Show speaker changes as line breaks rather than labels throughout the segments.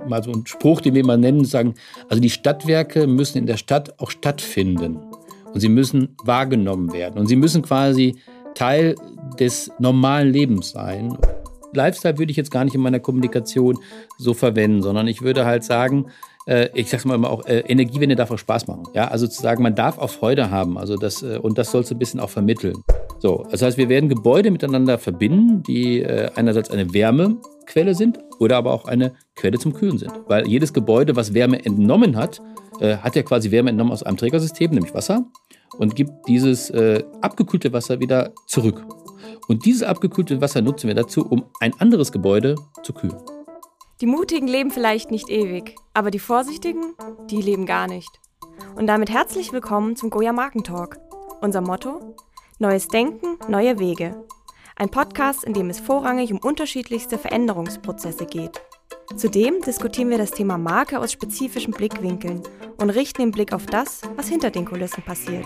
mal so ein Spruch, den wir mal nennen, sagen, also die Stadtwerke müssen in der Stadt auch stattfinden. Und sie müssen wahrgenommen werden. Und sie müssen quasi Teil des normalen Lebens sein. Lifestyle würde ich jetzt gar nicht in meiner Kommunikation so verwenden, sondern ich würde halt sagen, ich sag's mal immer auch, Energiewende darf auch Spaß machen. Ja, also zu sagen, man darf auch Freude haben. Also das, und das sollst du ein bisschen auch vermitteln. So, das heißt, wir werden Gebäude miteinander verbinden, die einerseits eine Wärmequelle sind oder aber auch eine Quelle zum Kühlen sind. Weil jedes Gebäude, was Wärme entnommen hat, hat ja quasi Wärme entnommen aus einem Trägersystem, nämlich Wasser, und gibt dieses abgekühlte Wasser wieder zurück. Und dieses abgekühlte Wasser nutzen wir dazu, um ein anderes Gebäude zu kühlen.
Die Mutigen leben vielleicht nicht ewig, aber die Vorsichtigen, die leben gar nicht. Und damit herzlich willkommen zum Goya Markentalk. Unser Motto: Neues Denken, neue Wege. Ein Podcast, in dem es vorrangig um unterschiedlichste Veränderungsprozesse geht. Zudem diskutieren wir das Thema Marke aus spezifischen Blickwinkeln und richten den Blick auf das, was hinter den Kulissen passiert.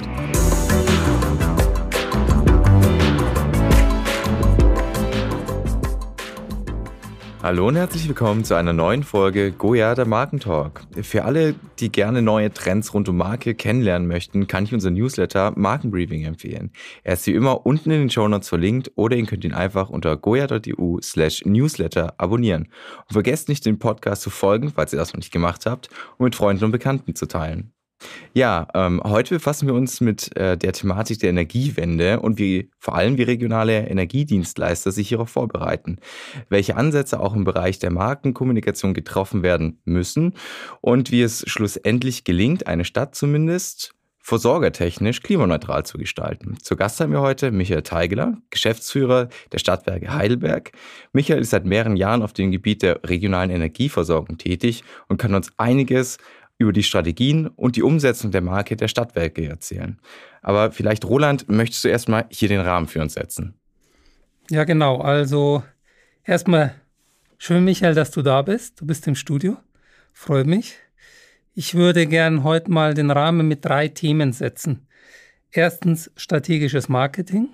Hallo und herzlich willkommen zu einer neuen Folge Goya, der Markentalk. Für alle, die gerne neue Trends rund um Marke kennenlernen möchten, kann ich unser Newsletter Markenbriefing empfehlen. Er ist wie immer unten in den Shownotes verlinkt oder ihr könnt ihn einfach unter goya.eu/newsletter abonnieren. Und vergesst nicht, den Podcast zu folgen, falls ihr das noch nicht gemacht habt, und mit Freunden und Bekannten zu teilen. Ja, heute befassen wir uns mit der Thematik der Energiewende und vor allem wie regionale Energiedienstleister sich hierauf vorbereiten, welche Ansätze auch im Bereich der Markenkommunikation getroffen werden müssen und wie es schlussendlich gelingt, eine Stadt zumindest versorgertechnisch klimaneutral zu gestalten. Zu Gast haben wir heute Michael Teigeler, Geschäftsführer der Stadtwerke Heidelberg. Michael ist seit mehreren Jahren auf dem Gebiet der regionalen Energieversorgung tätig und kann uns einiges über die Strategien und die Umsetzung der Marke der Stadtwerke erzählen. Aber vielleicht, Roland, möchtest du erstmal hier den Rahmen für uns setzen?
Ja, genau. Also erstmal schön, Michael, dass du da bist. Du bist im Studio. Freut mich. Ich würde gern heute mal den Rahmen mit 3 Themen setzen. Erstens strategisches Marketing.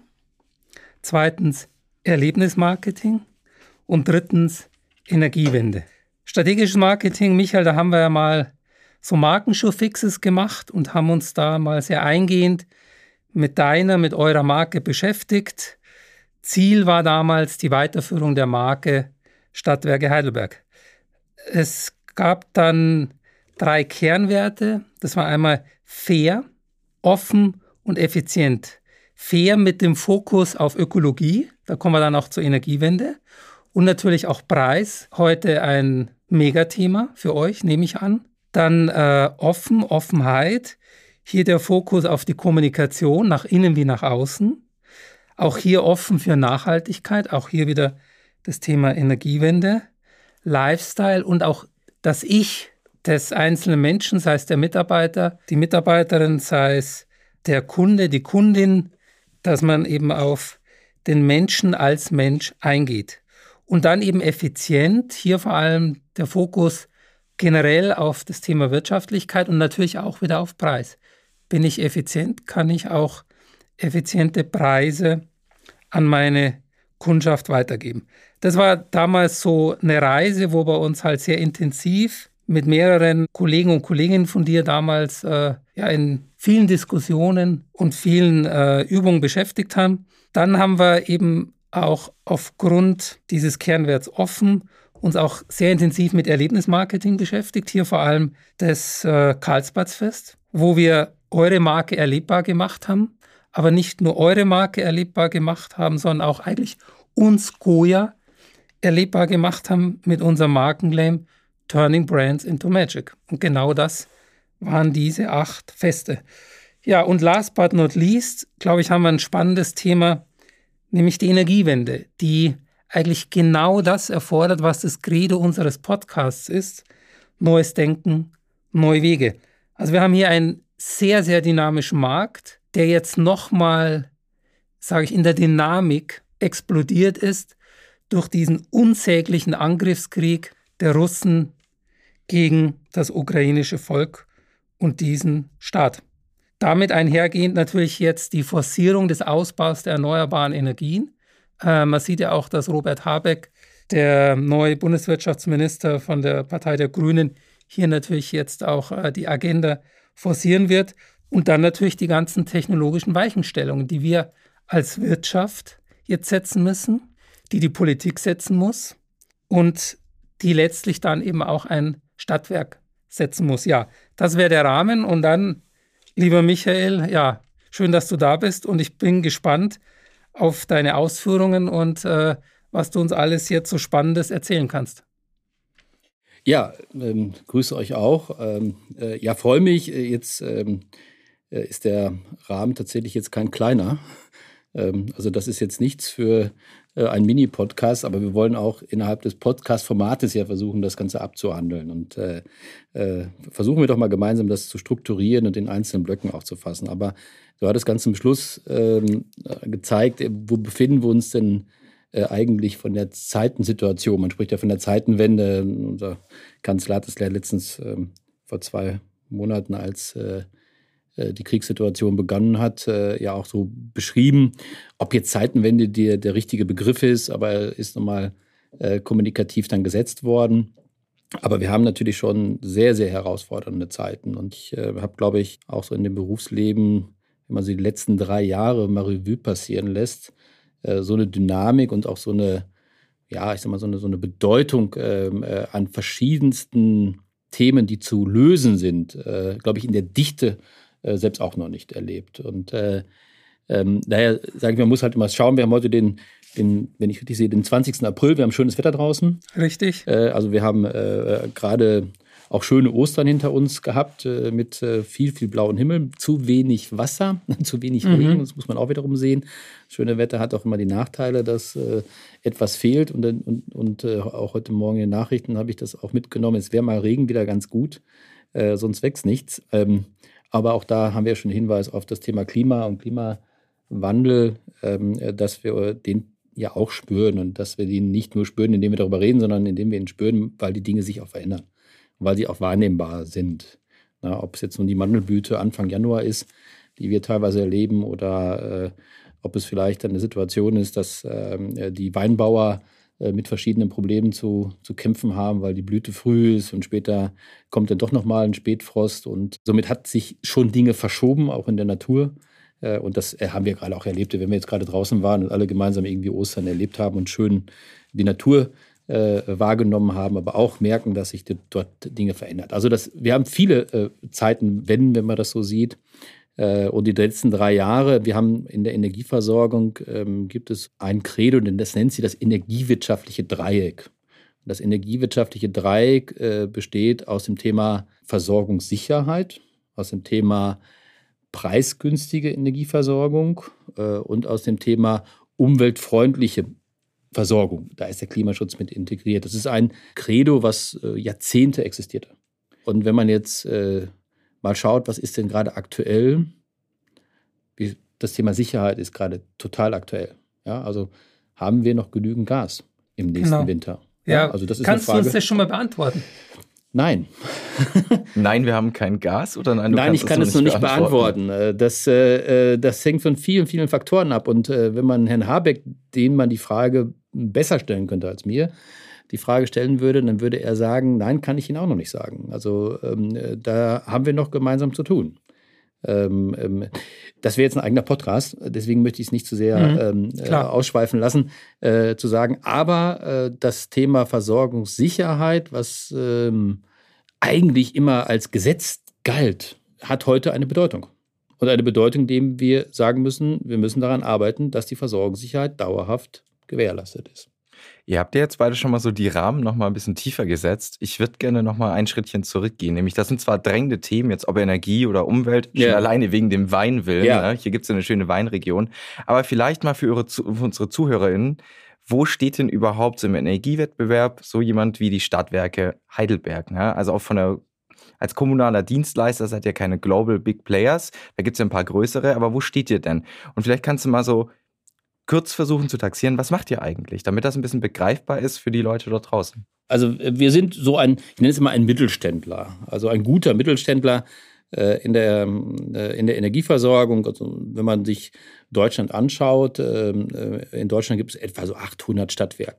Zweitens Erlebnismarketing. Und drittens Energiewende. Strategisches Marketing, Michael, da haben wir ja mal so Markenshowfixes gemacht und haben uns da mal sehr eingehend mit eurer Marke beschäftigt. Ziel war damals die Weiterführung der Marke Stadtwerke Heidelberg. Es gab dann 3 Kernwerte. Das war einmal fair, offen und effizient. Fair mit dem Fokus auf Ökologie, da kommen wir dann auch zur Energiewende. Und natürlich auch Preis, heute ein Megathema für euch, nehme ich an. Dann Offenheit, hier der Fokus auf die Kommunikation, nach innen wie nach außen. Auch hier offen für Nachhaltigkeit, auch hier wieder das Thema Energiewende, Lifestyle und auch das Ich des einzelnen Menschen, sei es der Mitarbeiter, die Mitarbeiterin, sei es der Kunde, die Kundin, dass man eben auf den Menschen als Mensch eingeht. Und dann eben effizient, hier vor allem der Fokus generell auf das Thema Wirtschaftlichkeit und natürlich auch wieder auf Preis. Bin ich effizient, kann ich auch effiziente Preise an meine Kundschaft weitergeben. Das war damals so eine Reise, wo wir uns halt sehr intensiv mit mehreren Kollegen und Kolleginnen von dir damals in vielen Diskussionen und vielen Übungen beschäftigt haben. Dann haben wir eben auch aufgrund dieses Kernwerts offen uns auch sehr intensiv mit Erlebnismarketing beschäftigt, hier vor allem das Karlsplatzfest, wo wir eure Marke erlebbar gemacht haben, aber nicht nur eure Marke erlebbar gemacht haben, sondern auch eigentlich uns Goya erlebbar gemacht haben mit unserem Markenclaim Turning Brands into Magic. Und genau das waren diese 8 Feste. Ja, und last but not least, glaube ich, haben wir ein spannendes Thema, nämlich die Energiewende, die eigentlich genau das erfordert, was das Credo unseres Podcasts ist. Neues Denken, neue Wege. Also wir haben hier einen sehr, sehr dynamischen Markt, der jetzt nochmal, sage ich, in der Dynamik explodiert ist durch diesen unsäglichen Angriffskrieg der Russen gegen das ukrainische Volk und diesen Staat. Damit einhergehend natürlich jetzt die Forcierung des Ausbaus der erneuerbaren Energien. Man sieht ja auch, dass Robert Habeck der neue Bundeswirtschaftsminister von der Partei der Grünen hier natürlich jetzt auch die Agenda forcieren wird. Und dann natürlich die ganzen technologischen Weichenstellungen, die wir als Wirtschaft jetzt setzen müssen, die Politik setzen muss und die letztlich dann eben auch ein Stadtwerk setzen muss. Ja, das wäre der Rahmen. Und dann, lieber Michael, ja, schön, dass du da bist und ich bin gespannt auf deine Ausführungen und was du uns alles jetzt so Spannendes erzählen kannst.
Ja, grüße euch auch. Ja, freue mich. Jetzt ist der Rahmen tatsächlich jetzt kein kleiner. Also das ist jetzt nichts für einen Mini-Podcast, aber wir wollen auch innerhalb des Podcast-Formates ja versuchen, das Ganze abzuhandeln. Und versuchen wir doch mal gemeinsam das zu strukturieren und in einzelnen Blöcken auch zu fassen. Aber so hat das Ganze zum Schluss gezeigt, wo befinden wir uns denn eigentlich von der Zeitensituation. Man spricht ja von der Zeitenwende. Unser Kanzler hat es ja letztens vor 2 Monaten, als die Kriegssituation begonnen hat, ja auch so beschrieben. Ob jetzt Zeitenwende der richtige Begriff ist, aber er ist nochmal kommunikativ dann gesetzt worden. Aber wir haben natürlich schon sehr, sehr herausfordernde Zeiten. Und ich habe, glaube ich, auch so in dem Berufsleben, wenn man so die letzten 3 Jahre mal Revue passieren lässt, so eine Dynamik und auch so eine, ja, ich sag mal, so eine Bedeutung an verschiedensten Themen, die zu lösen sind, glaube ich, in der Dichte selbst auch noch nicht erlebt. Und daher sage ich, man muss halt immer schauen, wir haben heute den, wenn ich richtig sehe, den 20. April, wir haben schönes Wetter draußen.
Richtig.
Also wir haben gerade auch schöne Ostern hinter uns gehabt mit viel, viel blauen Himmel, zu wenig Wasser, zu wenig Regen, das muss man auch wiederum sehen. Das schöne Wetter hat auch immer die Nachteile, dass etwas fehlt und auch heute Morgen in den Nachrichten habe ich das auch mitgenommen, es wäre mal Regen wieder ganz gut, sonst wächst nichts. Aber auch da haben wir schon Hinweis auf das Thema Klima und Klimawandel, dass wir den ja auch spüren und dass wir den nicht nur spüren, indem wir darüber reden, sondern indem wir ihn spüren, weil die Dinge sich auch verändern, weil sie auch wahrnehmbar sind. Na, ob es jetzt nun die Mandelblüte Anfang Januar ist, die wir teilweise erleben, oder ob es vielleicht eine Situation ist, dass die Weinbauer mit verschiedenen Problemen zu kämpfen haben, weil die Blüte früh ist und später kommt dann doch nochmal ein Spätfrost. Und somit hat sich schon Dinge verschoben, auch in der Natur. Und das haben wir gerade auch erlebt, wenn wir jetzt gerade draußen waren und alle gemeinsam irgendwie Ostern erlebt haben und schön die Natur wahrgenommen haben, aber auch merken, dass sich dort Dinge verändert. Also wir haben viele Zeitenwenden, wenn man das so sieht. Und die letzten 3 Jahre, wir haben in der Energieversorgung, gibt es ein Credo, denn das nennt sie das energiewirtschaftliche Dreieck. Das energiewirtschaftliche Dreieck besteht aus dem Thema Versorgungssicherheit, aus dem Thema preisgünstige Energieversorgung und aus dem Thema umweltfreundliche Versorgung. Da ist der Klimaschutz mit integriert. Das ist ein Credo, was Jahrzehnte existierte. Und wenn man jetzt mal schaut, was ist denn gerade aktuell? Das Thema Sicherheit ist gerade total aktuell. Ja, also haben wir noch genügend Gas im nächsten Winter?
Ja,
also das ist
kannst
eine Frage.
Du uns das schon mal beantworten?
Nein.
Nein, wir haben kein Gas? Oder
nein, ich kann es noch nicht beantworten. Das hängt von vielen, vielen Faktoren ab. Und wenn man Herrn Habeck, dem man die Frage besser stellen könnte als mir, die Frage stellen würde, dann würde er sagen, nein, kann ich Ihnen auch noch nicht sagen. Also da haben wir noch gemeinsam zu tun. Das wäre jetzt ein eigener Podcast, deswegen möchte ich es nicht zu sehr ausschweifen lassen, zu sagen. Aber das Thema Versorgungssicherheit, was eigentlich immer als Gesetz galt, hat heute eine Bedeutung. Und eine Bedeutung, indem wir sagen müssen, wir müssen daran arbeiten, dass die Versorgungssicherheit dauerhaft gewährleistet ist.
Ihr habt ja jetzt beide schon mal so die Rahmen noch mal ein bisschen tiefer gesetzt. Ich würde gerne noch mal ein Schrittchen zurückgehen. Nämlich, das sind zwar drängende Themen, jetzt ob Energie oder Umwelt, schon alleine wegen dem Weinwillen. Ja. Ne? Hier gibt es eine schöne Weinregion. Aber vielleicht mal für unsere ZuhörerInnen, wo steht denn überhaupt im Energiewettbewerb so jemand wie die Stadtwerke Heidelberg? Ne? Also auch als kommunaler Dienstleister seid ihr keine Global Big Players. Da gibt es ja ein paar größere. Aber wo steht ihr denn? Und vielleicht kannst du mal so kurz versuchen zu taxieren, was macht ihr eigentlich, damit das ein bisschen begreifbar ist für die Leute dort draußen?
Also wir sind so ich nenne es immer ein Mittelständler, also ein guter Mittelständler in der Energieversorgung. Also wenn man sich Deutschland anschaut, in Deutschland gibt es etwa so 800 Stadtwerke.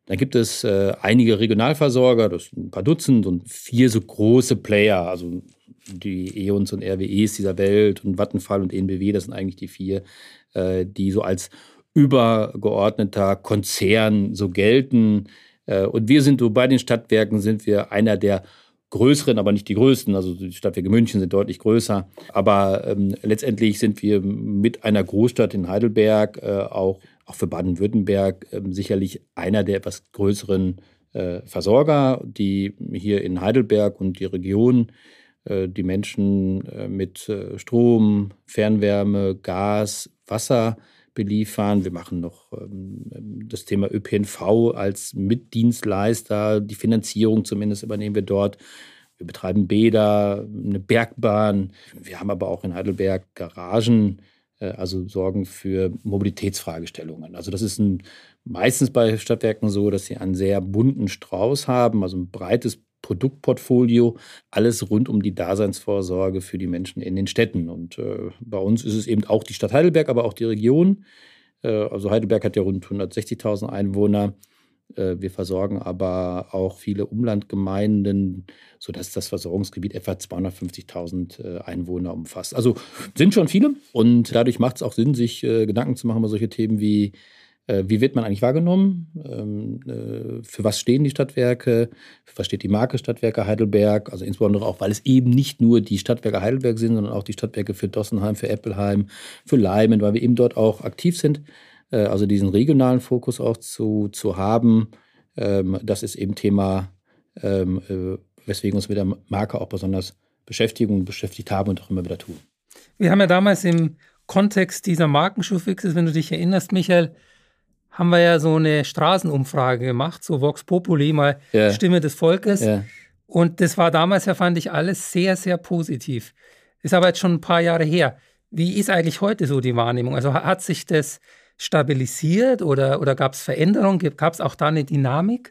Dann gibt es einige Regionalversorger, das sind ein paar Dutzend und 4 so große Player, also die E.ONs und RWEs dieser Welt und Vattenfall und EnBW, das sind eigentlich die 4, die so als übergeordneter Konzern so gelten. Und wir sind so bei den Stadtwerken sind wir einer der größeren, aber nicht die größten. Also die Stadtwerke München sind deutlich größer. Aber letztendlich sind wir mit einer Großstadt in Heidelberg, auch für Baden-Württemberg, sicherlich einer der etwas größeren Versorger, die hier in Heidelberg und die Region die Menschen mit Strom, Fernwärme, Gas, Wasser beliefern. Wir machen noch das Thema ÖPNV als Mitdienstleister. Die Finanzierung zumindest übernehmen wir dort. Wir betreiben Bäder, eine Bergbahn. Wir haben aber auch in Heidelberg Garagen, also sorgen für Mobilitätsfragestellungen. Also das ist meistens bei Stadtwerken so, dass sie einen sehr bunten Strauß haben, also ein breites Produktportfolio, alles rund um die Daseinsvorsorge für die Menschen in den Städten. Und bei uns ist es eben auch die Stadt Heidelberg, aber auch die Region. Also Heidelberg hat ja rund 160.000 Einwohner. Wir versorgen aber auch viele Umlandgemeinden, sodass das Versorgungsgebiet etwa 250.000 Einwohner umfasst. Also sind schon viele. Und dadurch macht es auch Sinn, sich Gedanken zu machen über solche Themen wie wird man eigentlich wahrgenommen? Für was stehen die Stadtwerke? Für was steht die Marke Stadtwerke Heidelberg? Also insbesondere auch, weil es eben nicht nur die Stadtwerke Heidelberg sind, sondern auch die Stadtwerke für Dossenheim, für Eppelheim, für Leimen, weil wir eben dort auch aktiv sind. Also diesen regionalen Fokus auch zu haben, das ist eben Thema, weswegen wir uns mit der Marke auch besonders beschäftigt haben und auch immer wieder tun.
Wir haben ja damals im Kontext dieser Markenschuhfixes, wenn du dich erinnerst, Michael, haben wir ja so eine Straßenumfrage gemacht, so Vox Populi, mal Stimme des Volkes. Ja. Und das war damals ja, fand ich, alles sehr, sehr positiv. Ist aber jetzt schon ein paar Jahre her. Wie ist eigentlich heute so die Wahrnehmung? Also hat sich das stabilisiert oder gab es Veränderungen? Gab es auch da eine Dynamik?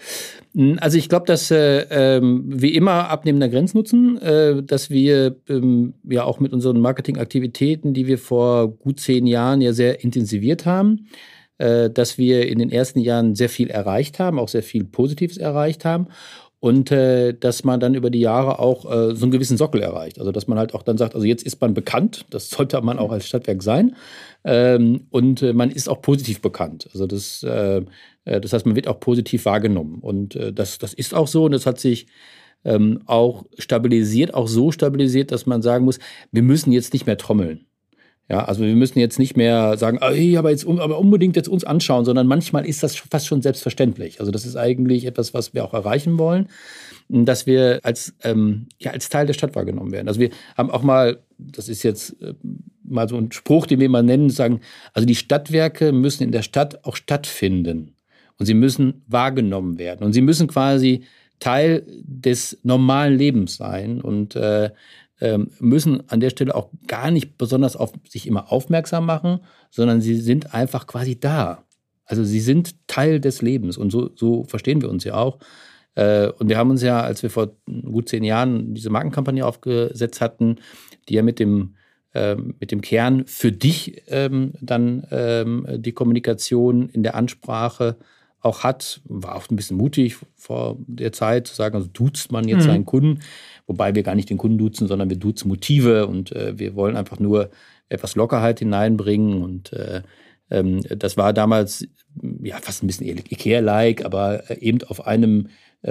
Also ich glaube, dass wie immer abnehmender Grenznutzen, dass wir ja auch mit unseren Marketingaktivitäten, die wir vor gut 10 Jahren ja sehr intensiviert haben, dass wir in den ersten Jahren sehr viel erreicht haben, auch sehr viel Positives erreicht haben und dass man dann über die Jahre auch so einen gewissen Sockel erreicht. Also dass man halt auch dann sagt, also jetzt ist man bekannt, das sollte man auch als Stadtwerk sein und man ist auch positiv bekannt. Also das heißt, man wird auch positiv wahrgenommen und das ist auch so und das hat sich auch stabilisiert, auch so stabilisiert, dass man sagen muss, wir müssen jetzt nicht mehr trommeln. Ja, also wir müssen jetzt nicht mehr sagen, aber unbedingt jetzt uns anschauen, sondern manchmal ist das fast schon selbstverständlich. Also das ist eigentlich etwas, was wir auch erreichen wollen, dass wir als Teil der Stadt wahrgenommen werden. Also wir haben auch mal, das ist jetzt mal so ein Spruch, den wir mal nennen, sagen, also die Stadtwerke müssen in der Stadt auch stattfinden und sie müssen wahrgenommen werden und sie müssen quasi Teil des normalen Lebens sein und müssen an der Stelle auch gar nicht besonders auf sich immer aufmerksam machen, sondern sie sind einfach quasi da. Also sie sind Teil des Lebens und so verstehen wir uns ja auch. Und wir haben uns ja, als wir vor gut 10 Jahren diese Markenkampagne aufgesetzt hatten, die ja mit dem Kern für dich dann die Kommunikation in der Ansprache auch hat, war auch ein bisschen mutig vor der Zeit zu sagen, also duzt man jetzt seinen Kunden, wobei wir gar nicht den Kunden duzen, sondern wir duzen Motive und wir wollen einfach nur etwas Lockerheit hineinbringen und das war damals ja fast ein bisschen Ikea-like, aber eben auf einem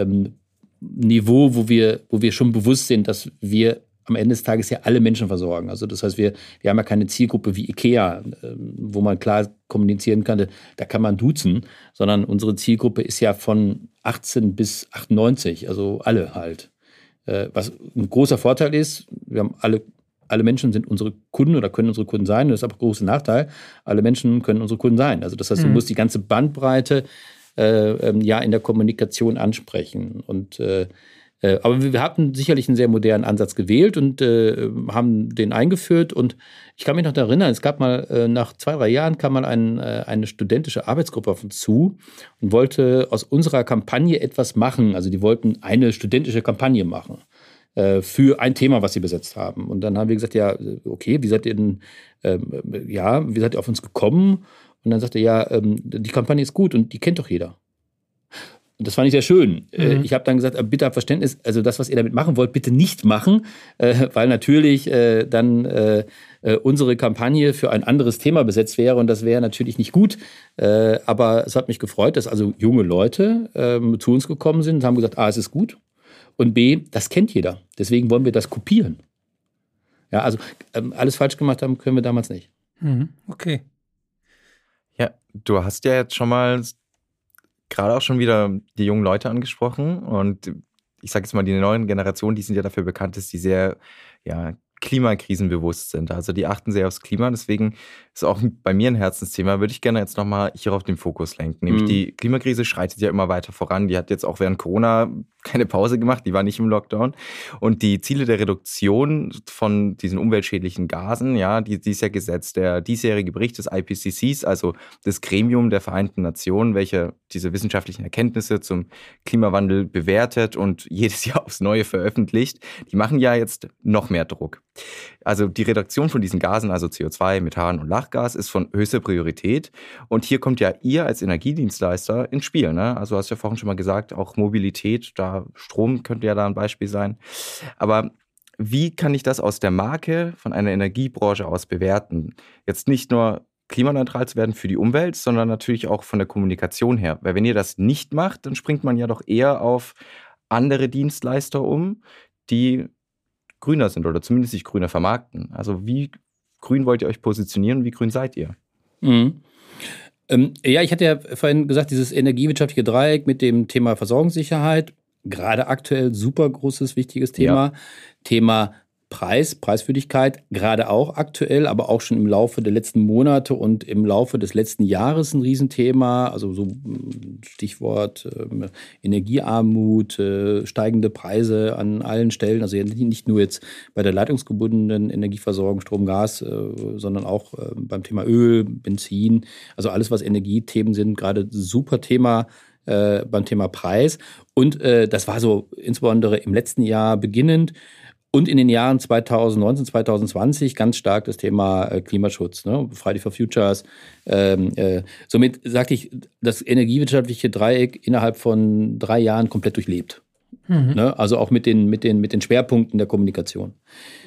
Niveau, wo wir schon bewusst sind, dass wir am Ende des Tages ja alle Menschen versorgen. Also das heißt, wir haben ja keine Zielgruppe wie Ikea, wo man klar kommunizieren kann, da kann man duzen, sondern unsere Zielgruppe ist ja von 18 bis 98, also alle halt. Was ein großer Vorteil ist, wir haben alle Menschen sind unsere Kunden oder können unsere Kunden sein. Das ist aber ein großer Nachteil. Alle Menschen können unsere Kunden sein. Also das heißt, du musst die ganze Bandbreite in der Kommunikation ansprechen. Und aber wir hatten sicherlich einen sehr modernen Ansatz gewählt und haben den eingeführt. Und ich kann mich noch erinnern, es gab mal, nach 2-3 Jahren kam mal eine studentische Arbeitsgruppe auf uns zu und wollte aus unserer Kampagne etwas machen. Also die wollten eine studentische Kampagne machen für ein Thema, was sie besetzt haben. Und dann haben wir gesagt, ja, okay, wie seid ihr auf uns gekommen? Und dann sagte er, ja, die Kampagne ist gut und die kennt doch jeder. Und das fand ich sehr schön. Ich habe dann gesagt, bitte habt Verständnis, also das, was ihr damit machen wollt, bitte nicht machen, weil natürlich dann unsere Kampagne für ein anderes Thema besetzt wäre und das wäre natürlich nicht gut. Aber es hat mich gefreut, dass also junge Leute zu uns gekommen sind und haben gesagt, A, es ist gut und B, das kennt jeder. Deswegen wollen wir das kopieren. Ja, also alles falsch gemacht haben können wir damals nicht.
Okay.
Ja, du hast ja jetzt schon mal gerade auch schon wieder die jungen Leute angesprochen und ich sage jetzt mal, die neuen Generationen, die sind ja dafür bekannt, dass die sehr klimakrisenbewusst sind. Also die achten sehr aufs Klima, deswegen ist auch bei mir ein Herzensthema, würde ich gerne jetzt nochmal hier auf den Fokus lenken. Nämlich die Klimakrise schreitet ja immer weiter voran. Die hat jetzt auch während Corona keine Pause gemacht, die war nicht im Lockdown. Und die Ziele der Reduktion von diesen umweltschädlichen Gasen, ja, die ist ja gesetzt. Der diesjährige Bericht des IPCCs, also das Gremium der Vereinten Nationen, welche diese wissenschaftlichen Erkenntnisse zum Klimawandel bewertet und jedes Jahr aufs Neue veröffentlicht, die machen ja jetzt noch mehr Druck. Also die Reduktion von diesen Gasen, also CO2, Methan und Lachgas, ist von höchster Priorität. Und hier kommt ja ihr als Energiedienstleister ins Spiel. Ne? Also hast du ja vorhin schon mal gesagt, auch Mobilität, da Strom könnte ja da ein Beispiel sein. Aber wie kann ich das aus der Marke von einer Energiebranche aus bewerten? Jetzt nicht nur klimaneutral zu werden für die Umwelt, sondern natürlich auch von der Kommunikation her. Weil wenn ihr das nicht macht, dann springt man ja doch eher auf andere Dienstleister um, die grüner sind oder zumindest sich grüner vermarkten. Also wie grün wollt ihr euch positionieren und wie grün seid ihr?
Ja, ich hatte ja vorhin gesagt, dieses energiewirtschaftliche Dreieck mit dem Thema Versorgungssicherheit, gerade aktuell super großes, wichtiges Thema. Ja. Thema Preiswürdigkeit, gerade auch aktuell, aber auch schon im Laufe der letzten Monate und im Laufe des letzten Jahres ein Riesenthema. Also so Stichwort Energiearmut, steigende Preise an allen Stellen. Also nicht nur jetzt bei der leitungsgebundenen Energieversorgung, Strom, Gas, sondern auch beim Thema Öl, Benzin. Also alles, was Energiethemen sind, gerade super Thema beim Thema Preis. Und das war so insbesondere im letzten Jahr beginnend. Und in den Jahren 2019, 2020 ganz stark das Thema Klimaschutz, ne? Friday for Futures. Somit sagte ich, das energiewirtschaftliche Dreieck innerhalb von 3 Jahren komplett durchlebt. Ne? Also auch mit den Schwerpunkten der Kommunikation.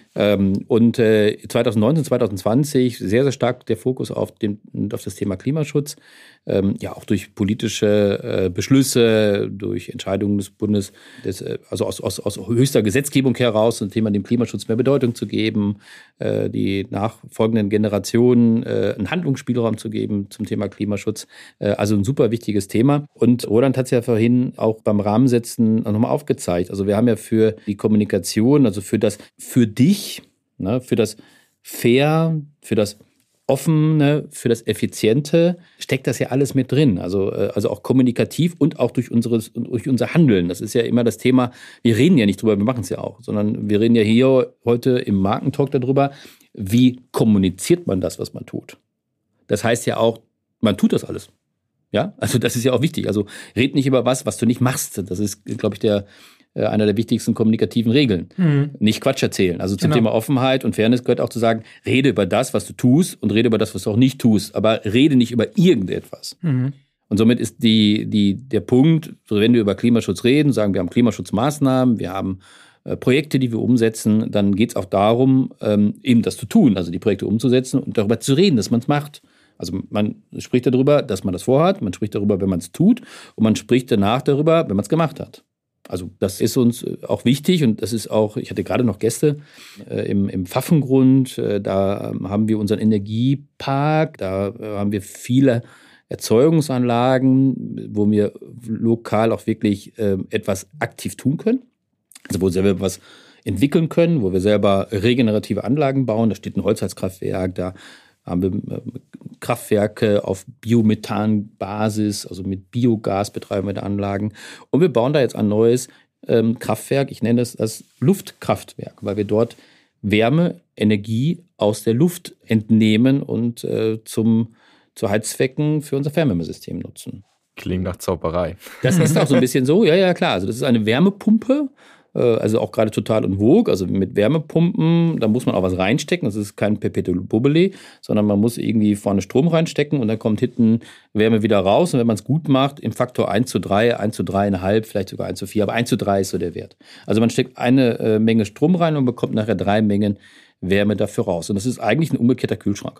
Und 2019, 2020 sehr, sehr stark der Fokus auf das Thema Klimaschutz. Ja, auch durch politische Beschlüsse, durch Entscheidungen des Bundes, also aus höchster Gesetzgebung heraus, dem Thema dem Klimaschutz mehr Bedeutung zu geben, die nachfolgenden Generationen einen Handlungsspielraum zu geben zum Thema Klimaschutz. Also ein super wichtiges Thema. Und Roland hat es ja vorhin auch beim Rahmensetzen nochmal aufgezeigt. Also wir haben ja für die Kommunikation, also für das für dich, ne, für das Fair, für das Offene, für das Effiziente, steckt das ja alles mit drin. Also auch kommunikativ und auch durch unser Handeln. Das ist ja immer das Thema, wir reden ja nicht drüber, wir machen es ja auch, sondern wir reden ja hier heute im Markentalk darüber, wie kommuniziert man das, was man tut. Das heißt ja auch, man tut das alles. Ja, also das ist ja auch wichtig. Also red nicht über was du nicht machst. Das ist, glaube ich, einer der wichtigsten kommunikativen Regeln. Nicht Quatsch erzählen. Also zum Thema Offenheit und Fairness gehört auch zu sagen, rede über das, was du tust und rede über das, was du auch nicht tust. Aber rede nicht über irgendetwas. Und somit ist der Punkt, wenn wir über Klimaschutz reden, sagen wir haben Klimaschutzmaßnahmen, wir haben Projekte, die wir umsetzen, dann geht es auch darum, eben das zu tun, also die Projekte umzusetzen und darüber zu reden, dass man es macht. Also man spricht darüber, dass man das vorhat, man spricht darüber, wenn man es tut und man spricht danach darüber, wenn man es gemacht hat. Also das ist uns auch wichtig und das ist auch, ich hatte gerade noch Gäste im Pfaffengrund, da haben wir unseren Energiepark, da haben wir viele Erzeugungsanlagen, wo wir lokal auch wirklich etwas aktiv tun können, also wo wir selber was entwickeln können, wo wir selber regenerative Anlagen bauen, da steht ein Holzheizkraftwerk, da haben wir Kraftwerke auf Biomethanbasis, also mit Biogas betreiben wir da Anlagen. Und wir bauen da jetzt ein neues Kraftwerk, ich nenne das Luftkraftwerk, weil wir dort Wärme, Energie aus der Luft entnehmen und zu Heizzwecken für unser Fernwärmesystem nutzen.
Klingt nach Zauberei.
Das ist auch so ein bisschen so, ja klar. Also das ist eine Wärmepumpe, also auch gerade total en vogue, also mit Wärmepumpen, da muss man auch was reinstecken, das ist kein Perpetuum mobile, sondern man muss irgendwie vorne Strom reinstecken und dann kommt hinten Wärme wieder raus und wenn man es gut macht, im Faktor 1:3, 1:3,5, vielleicht sogar 1:4, aber 1:3 ist so der Wert. Also man steckt eine Menge Strom rein und bekommt nachher 3 Mengen Wärme dafür raus und das ist eigentlich ein umgekehrter Kühlschrank.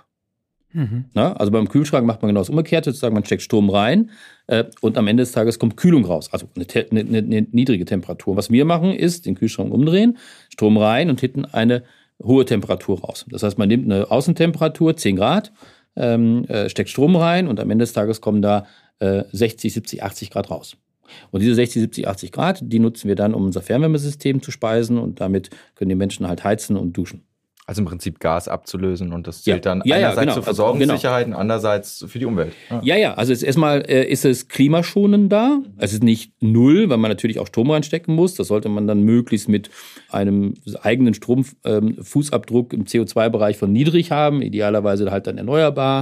Na, also beim Kühlschrank macht man genau das Umgekehrte, sozusagen man steckt Strom rein und am Ende des Tages kommt Kühlung raus, also eine niedrige Temperatur. Was wir machen ist, den Kühlschrank umdrehen, Strom rein und hinten eine hohe Temperatur raus. Das heißt, man nimmt eine Außentemperatur, 10 Grad, steckt Strom rein und am Ende des Tages kommen da 60, 70, 80 Grad raus. Und diese 60, 70, 80 Grad, die nutzen wir dann, um unser Fernwärmesystem zu speisen und damit können die Menschen halt heizen und duschen.
Also im Prinzip Gas abzulösen und das zählt dann
einerseits
genau. Zur Versorgungssicherheit und andererseits für die Umwelt.
Ja. Also erstmal ist es klimaschonender. Es ist nicht null, weil man natürlich auch Strom reinstecken muss. Das sollte man dann möglichst mit einem eigenen Stromfußabdruck im CO2-Bereich von niedrig haben. Idealerweise halt dann erneuerbare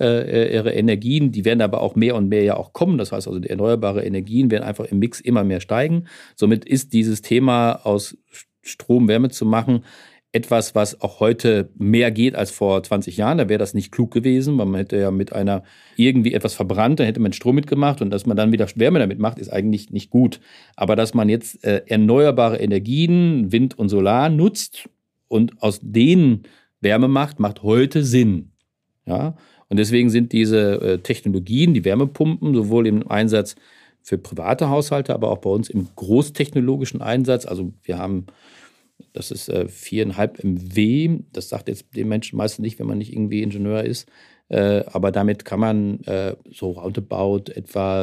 Energien. Die werden aber auch mehr und mehr ja auch kommen. Das heißt also, die erneuerbare Energien werden einfach im Mix immer mehr steigen. Somit ist dieses Thema, aus Strom Wärme zu machen, etwas, was auch heute mehr geht als vor 20 Jahren. Da wäre das nicht klug gewesen, weil man hätte ja mit einer irgendwie etwas verbrannt, dann hätte man Strom mitgemacht und dass man dann wieder Wärme damit macht, ist eigentlich nicht gut. Aber dass man jetzt erneuerbare Energien, Wind und Solar nutzt und aus denen Wärme macht, macht heute Sinn. Ja? Und deswegen sind diese Technologien, die Wärmepumpen, sowohl im Einsatz für private Haushalte, aber auch bei uns im großtechnologischen Einsatz. Also wir haben das ist 4,5 MW. Das sagt jetzt den Menschen meistens nicht, wenn man nicht irgendwie Ingenieur ist. Aber damit kann man so roundabout etwa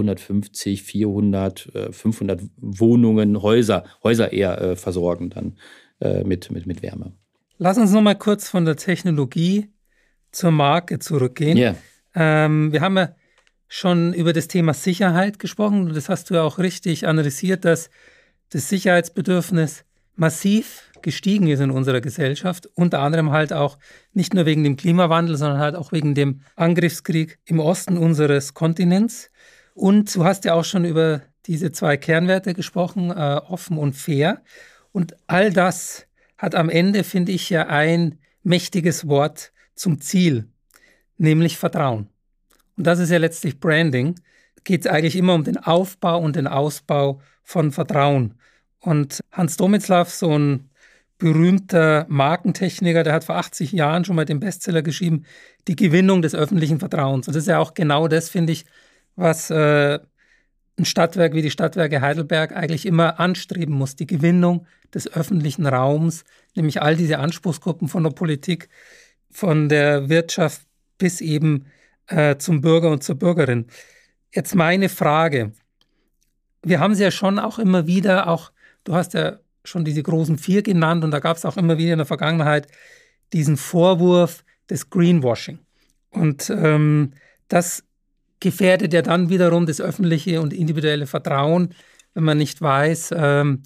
350, 400, 500 Wohnungen, Häuser eher versorgen dann mit Wärme.
Lass uns noch mal kurz von der Technologie zur Marke zurückgehen.
Yeah.
Wir haben ja schon über das Thema Sicherheit gesprochen. Das hast du ja auch richtig analysiert, dass das Sicherheitsbedürfnis massiv gestiegen ist in unserer Gesellschaft, unter anderem halt auch nicht nur wegen dem Klimawandel, sondern halt auch wegen dem Angriffskrieg im Osten unseres Kontinents. Und du hast ja auch schon über diese 2 Kernwerte gesprochen, offen und fair. Und all das hat am Ende, finde ich, ja ein mächtiges Wort zum Ziel, nämlich Vertrauen. Und das ist ja letztlich Branding. Geht es eigentlich immer um den Aufbau und den Ausbau von Vertrauen. Und Hans Domitzlaff, so ein berühmter Markentechniker, der hat vor 80 Jahren schon mal den Bestseller geschrieben, die Gewinnung des öffentlichen Vertrauens. Und das ist ja auch genau das, finde ich, was ein Stadtwerk wie die Stadtwerke Heidelberg eigentlich immer anstreben muss, die Gewinnung des öffentlichen Raums, nämlich all diese Anspruchsgruppen von der Politik, von der Wirtschaft bis eben zum Bürger und zur Bürgerin. Jetzt meine Frage. Wir haben sie ja schon auch immer wieder, auch du hast ja schon diese großen 4 genannt und da gab es auch immer wieder in der Vergangenheit diesen Vorwurf des Greenwashing. Und das gefährdet ja dann wiederum das öffentliche und individuelle Vertrauen, wenn man nicht weiß,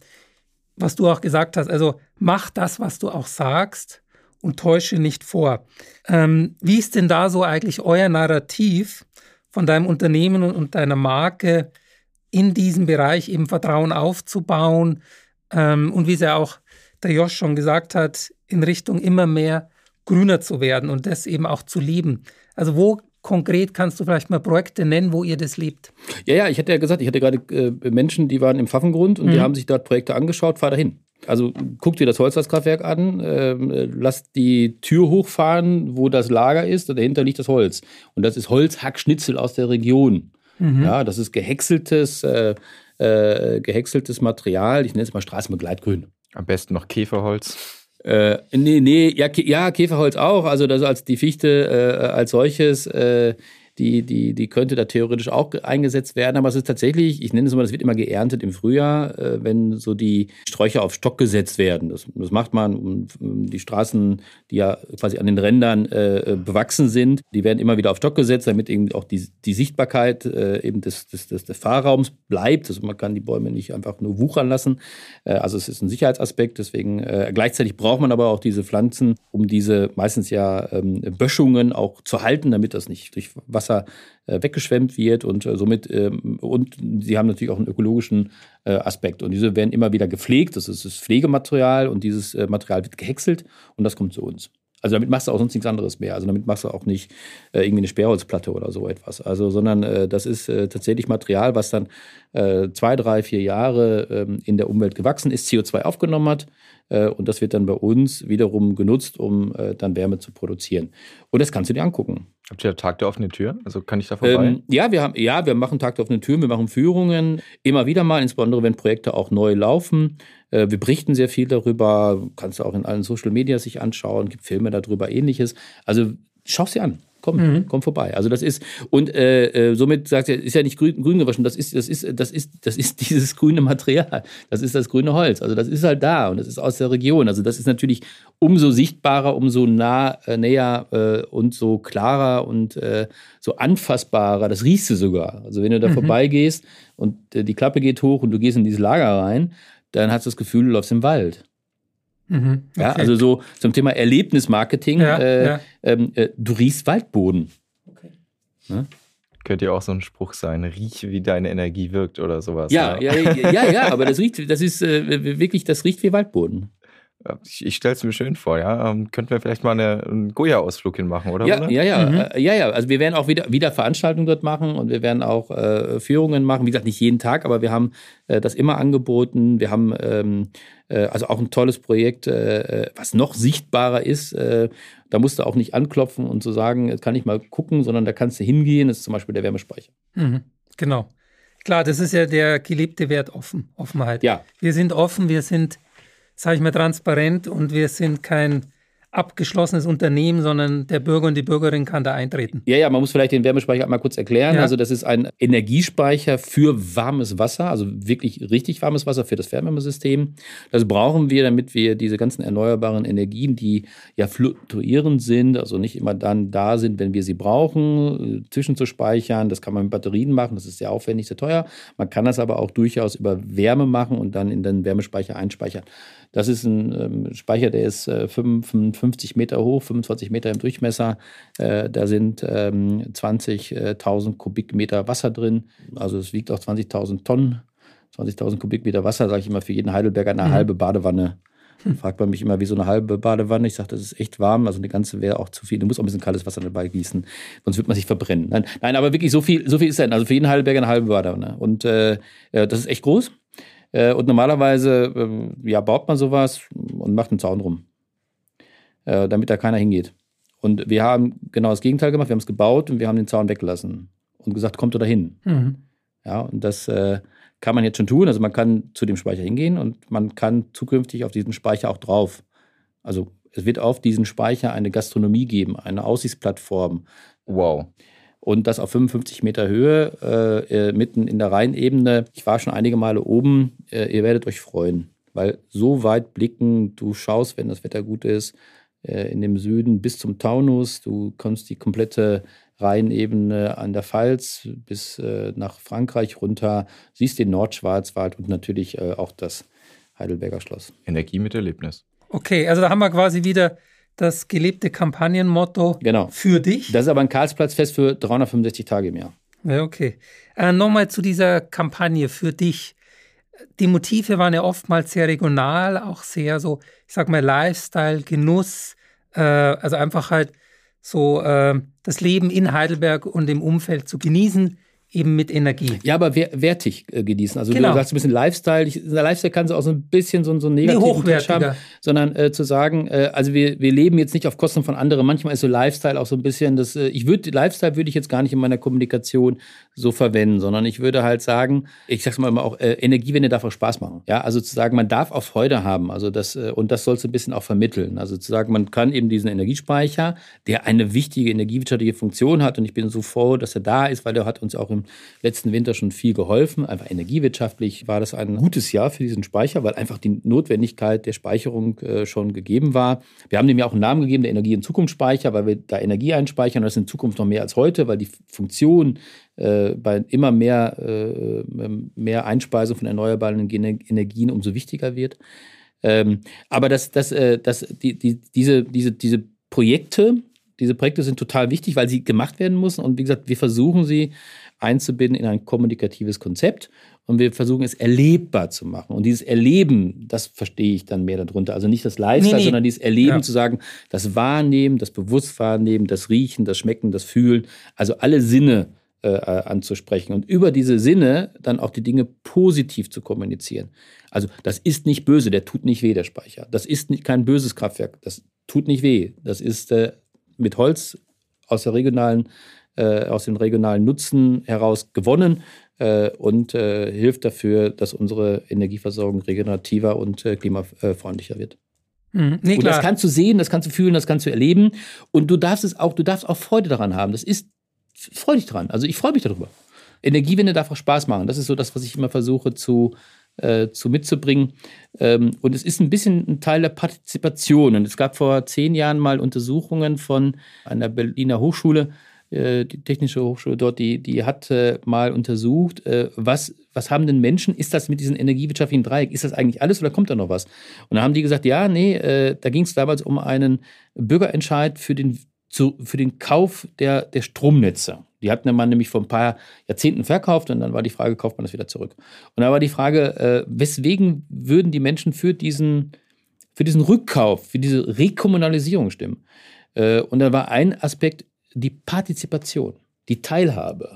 was du auch gesagt hast. Also mach das, was du auch sagst und täusche nicht vor. Wie ist denn da so eigentlich euer Narrativ von deinem Unternehmen und deiner Marke in diesem Bereich eben Vertrauen aufzubauen und wie es ja auch der Josh schon gesagt hat, in Richtung immer mehr grüner zu werden und das eben auch zu leben. Also wo konkret kannst du vielleicht mal Projekte nennen, wo ihr das lebt?
Ja, ich hatte ja gesagt, ich hatte gerade Menschen, die waren im Pfaffengrund und die haben sich dort Projekte angeschaut, fahr dahin. Also guck dir das Holzlastkraftwerk an, lass die Tür hochfahren, wo das Lager ist und dahinter liegt das Holz. Und das ist Holzhackschnitzel aus der Region. Ja, das ist gehäckseltes Material. Ich nenne es mal Straßenbegleitgrün.
Am besten noch Käferholz.
Käferholz auch. Also das als die Fichte als solches, die könnte da theoretisch auch eingesetzt werden. Aber es ist tatsächlich, ich nenne es mal, das wird immer geerntet im Frühjahr, wenn so die Sträucher auf Stock gesetzt werden. Das macht man, um die Straßen, die ja quasi an den Rändern bewachsen sind, die werden immer wieder auf Stock gesetzt, damit eben auch die Sichtbarkeit eben des Fahrraums bleibt. Also man kann die Bäume nicht einfach nur wuchern lassen. Also es ist ein Sicherheitsaspekt. Deswegen gleichzeitig braucht man aber auch diese Pflanzen, um diese meistens ja Böschungen auch zu halten, damit das nicht durch Wasser Wasser weggeschwemmt wird und somit und sie haben natürlich auch einen ökologischen Aspekt. Und diese werden immer wieder gepflegt, das ist das Pflegematerial und dieses Material wird gehäckselt und das kommt zu uns. Also damit machst du auch sonst nichts anderes mehr. Also damit machst du auch nicht irgendwie eine Sperrholzplatte oder so etwas. Also, sondern das ist tatsächlich Material, was dann 2, 3, 4 Jahre in der Umwelt gewachsen ist, CO2 aufgenommen hat. Und das wird dann bei uns wiederum genutzt, um dann Wärme zu produzieren. Und das kannst du dir angucken.
Habt ihr Tag der offenen Tür? Also kann ich da vorbei?
Wir machen Tag der offenen Tür, wir machen Führungen, immer wieder mal, insbesondere wenn Projekte auch neu laufen. Wir berichten sehr viel darüber, kannst du auch in allen Social Media sich anschauen, gibt Filme darüber, ähnliches. Also schau es dir an. Komm vorbei. Also das ist, und somit sagt er, ist ja nicht grün gewaschen, das ist dieses grüne Material, das ist das grüne Holz. Also das ist halt da und das ist aus der Region. Also das ist natürlich umso sichtbarer, umso näher und so klarer und so anfassbarer. Das riechst du sogar. Also wenn du da vorbeigehst und die Klappe geht hoch und du gehst in dieses Lager rein, dann hast du das Gefühl, du läufst im Wald. Okay. Ja, also so zum Thema Erlebnismarketing, du riechst Waldboden. Okay.
Ja? Könnte ja auch so ein Spruch sein, rieche, wie deine Energie wirkt oder sowas.
Ja, aber das riecht wie Waldboden.
Ich stelle es mir schön vor, ja. Könnten wir vielleicht mal einen Goya-Ausflug hinmachen, oder?
Ja. Also wir werden auch wieder Veranstaltungen dort machen und wir werden auch Führungen machen. Wie gesagt, nicht jeden Tag, aber wir haben das immer angeboten. Wir haben also auch ein tolles Projekt, was noch sichtbarer ist. Da musst du auch nicht anklopfen und so sagen, jetzt kann ich mal gucken, sondern da kannst du hingehen. Das ist zum Beispiel der Wärmespeicher.
Genau. Klar, das ist ja der gelebte Wert Offenheit.
Ja.
Wir sind offen, wir sind, sage ich mal, transparent und wir sind kein abgeschlossenes Unternehmen, sondern der Bürger und die Bürgerin kann da eintreten.
Ja, man muss vielleicht den Wärmespeicher einmal kurz erklären. Ja. Also das ist ein Energiespeicher für warmes Wasser, also wirklich richtig warmes Wasser für das Fernwärmesystem. Das brauchen wir, damit wir diese ganzen erneuerbaren Energien, die ja fluktuierend sind, also nicht immer dann da sind, wenn wir sie brauchen, zwischenzuspeichern. Das kann man mit Batterien machen, das ist sehr aufwendig, sehr teuer. Man kann das aber auch durchaus über Wärme machen und dann in den Wärmespeicher einspeichern. Das ist ein Speicher, der ist 55 Meter hoch, 25 Meter im Durchmesser. Da sind 20.000 Kubikmeter Wasser drin. Also es wiegt auch 20.000 Tonnen. 20.000 Kubikmeter Wasser, sage ich immer, für jeden Heidelberger eine halbe Badewanne. Dann fragt man mich immer, wie so eine halbe Badewanne. Ich sage, das ist echt warm. Also eine ganze wäre auch zu viel. Du musst auch ein bisschen kaltes Wasser dabei gießen, sonst wird man sich verbrennen. Nein, aber wirklich so viel ist dann. Also für jeden Heidelberger eine halbe Badewanne. Und das ist echt groß. Und normalerweise baut man sowas und macht einen Zaun rum, damit da keiner hingeht. Und wir haben genau das Gegenteil gemacht. Wir haben es gebaut und wir haben den Zaun weggelassen und gesagt, kommt da hin. Ja, und das kann man jetzt schon tun. Also man kann zu dem Speicher hingehen und man kann zukünftig auf diesen Speicher auch drauf. Also es wird auf diesen Speicher eine Gastronomie geben, eine Aussichtsplattform.
Wow.
Und das auf 55 Meter Höhe, mitten in der Rheinebene. Ich war schon einige Male oben. Ihr werdet euch freuen, weil so weit blicken, du schaust, wenn das Wetter gut ist, in dem Süden bis zum Taunus. Du kommst die komplette Rheinebene an der Pfalz bis nach Frankreich runter, siehst den Nordschwarzwald und natürlich auch das Heidelberger Schloss.
Energie mit Erlebnis.
Okay, also da haben wir quasi wieder das gelebte Kampagnenmotto für dich.
Das ist aber ein Karlsplatzfest für 365 Tage im Jahr.
Ja, okay. Nochmal zu dieser Kampagne für dich. Die Motive waren ja oftmals sehr regional, auch sehr so, ich sag mal, Lifestyle, Genuss, also einfach halt so das Leben in Heidelberg und im Umfeld zu genießen, eben mit Energie.
Ja, aber wertig genießen. Also du sagst ein bisschen Lifestyle. Lifestyle kann so auch so ein bisschen so einen negativen Touch haben, sondern zu sagen, also wir leben jetzt nicht auf Kosten von anderen. Manchmal ist so Lifestyle auch so ein bisschen, Lifestyle würde ich jetzt gar nicht in meiner Kommunikation so verwenden, sondern ich würde halt sagen, ich sag's mal immer auch, Energiewende darf auch Spaß machen. Ja, also zu sagen, man darf auch Freude haben. Also und das sollst du ein bisschen auch vermitteln. Also zu sagen, man kann eben diesen Energiespeicher, der eine wichtige energiewirtschaftliche Funktion hat, und ich bin so froh, dass er da ist, weil der hat uns auch im letzten Winter schon viel geholfen. Einfach energiewirtschaftlich war das ein gutes Jahr für diesen Speicher, weil einfach die Notwendigkeit der Speicherung schon gegeben war. Wir haben dem ja auch einen Namen gegeben, der Energie- und Zukunftsspeicher, weil wir da Energie einspeichern. Und das ist in Zukunft noch mehr als heute, weil die Funktion bei immer mehr Einspeisung von erneuerbaren Energien umso wichtiger wird. Aber diese Projekte, Diese Projekte sind total wichtig, weil sie gemacht werden müssen. Und wie gesagt, wir versuchen sie einzubinden in ein kommunikatives Konzept und wir versuchen es erlebbar zu machen. Und dieses Erleben, das verstehe ich dann mehr darunter. Also nicht das Lifestyle, sondern dieses Erleben zu sagen, das Wahrnehmen, das Bewusstwahrnehmen, das Riechen, das Schmecken, das Fühlen, also alle Sinne anzusprechen und über diese Sinne dann auch die Dinge positiv zu kommunizieren. Also das ist nicht böse, der tut nicht weh, der Speicher. Das ist kein böses Kraftwerk, das tut nicht weh. Das ist mit Holz aus dem regionalen Nutzen heraus gewonnen und hilft dafür, dass unsere Energieversorgung regenerativer und klimafreundlicher wird. Und das kannst du sehen, das kannst du fühlen, das kannst du erleben. Und du darfst auch Freude daran haben. Das ist freudig dran. Also ich freue mich darüber. Energiewende darf auch Spaß machen. Das ist so das, was ich immer versuche mitzubringen. Und es ist ein bisschen ein Teil der Partizipation. Und es gab vor 10 Jahren mal Untersuchungen von einer Berliner Hochschule, die Technische Hochschule dort, die hat mal untersucht, was haben denn Menschen, ist das mit diesem energiewirtschaftlichen Dreieck, ist das eigentlich alles oder kommt da noch was? Und da haben die gesagt, da ging es damals um einen Bürgerentscheid für den Kauf der Stromnetze. Die hatten man nämlich vor ein paar Jahrzehnten verkauft und dann war die Frage, kauft man das wieder zurück? Und da war die Frage, weswegen würden die Menschen für diesen Rückkauf, für diese Rekommunalisierung stimmen? Und da war ein Aspekt die Partizipation, die Teilhabe.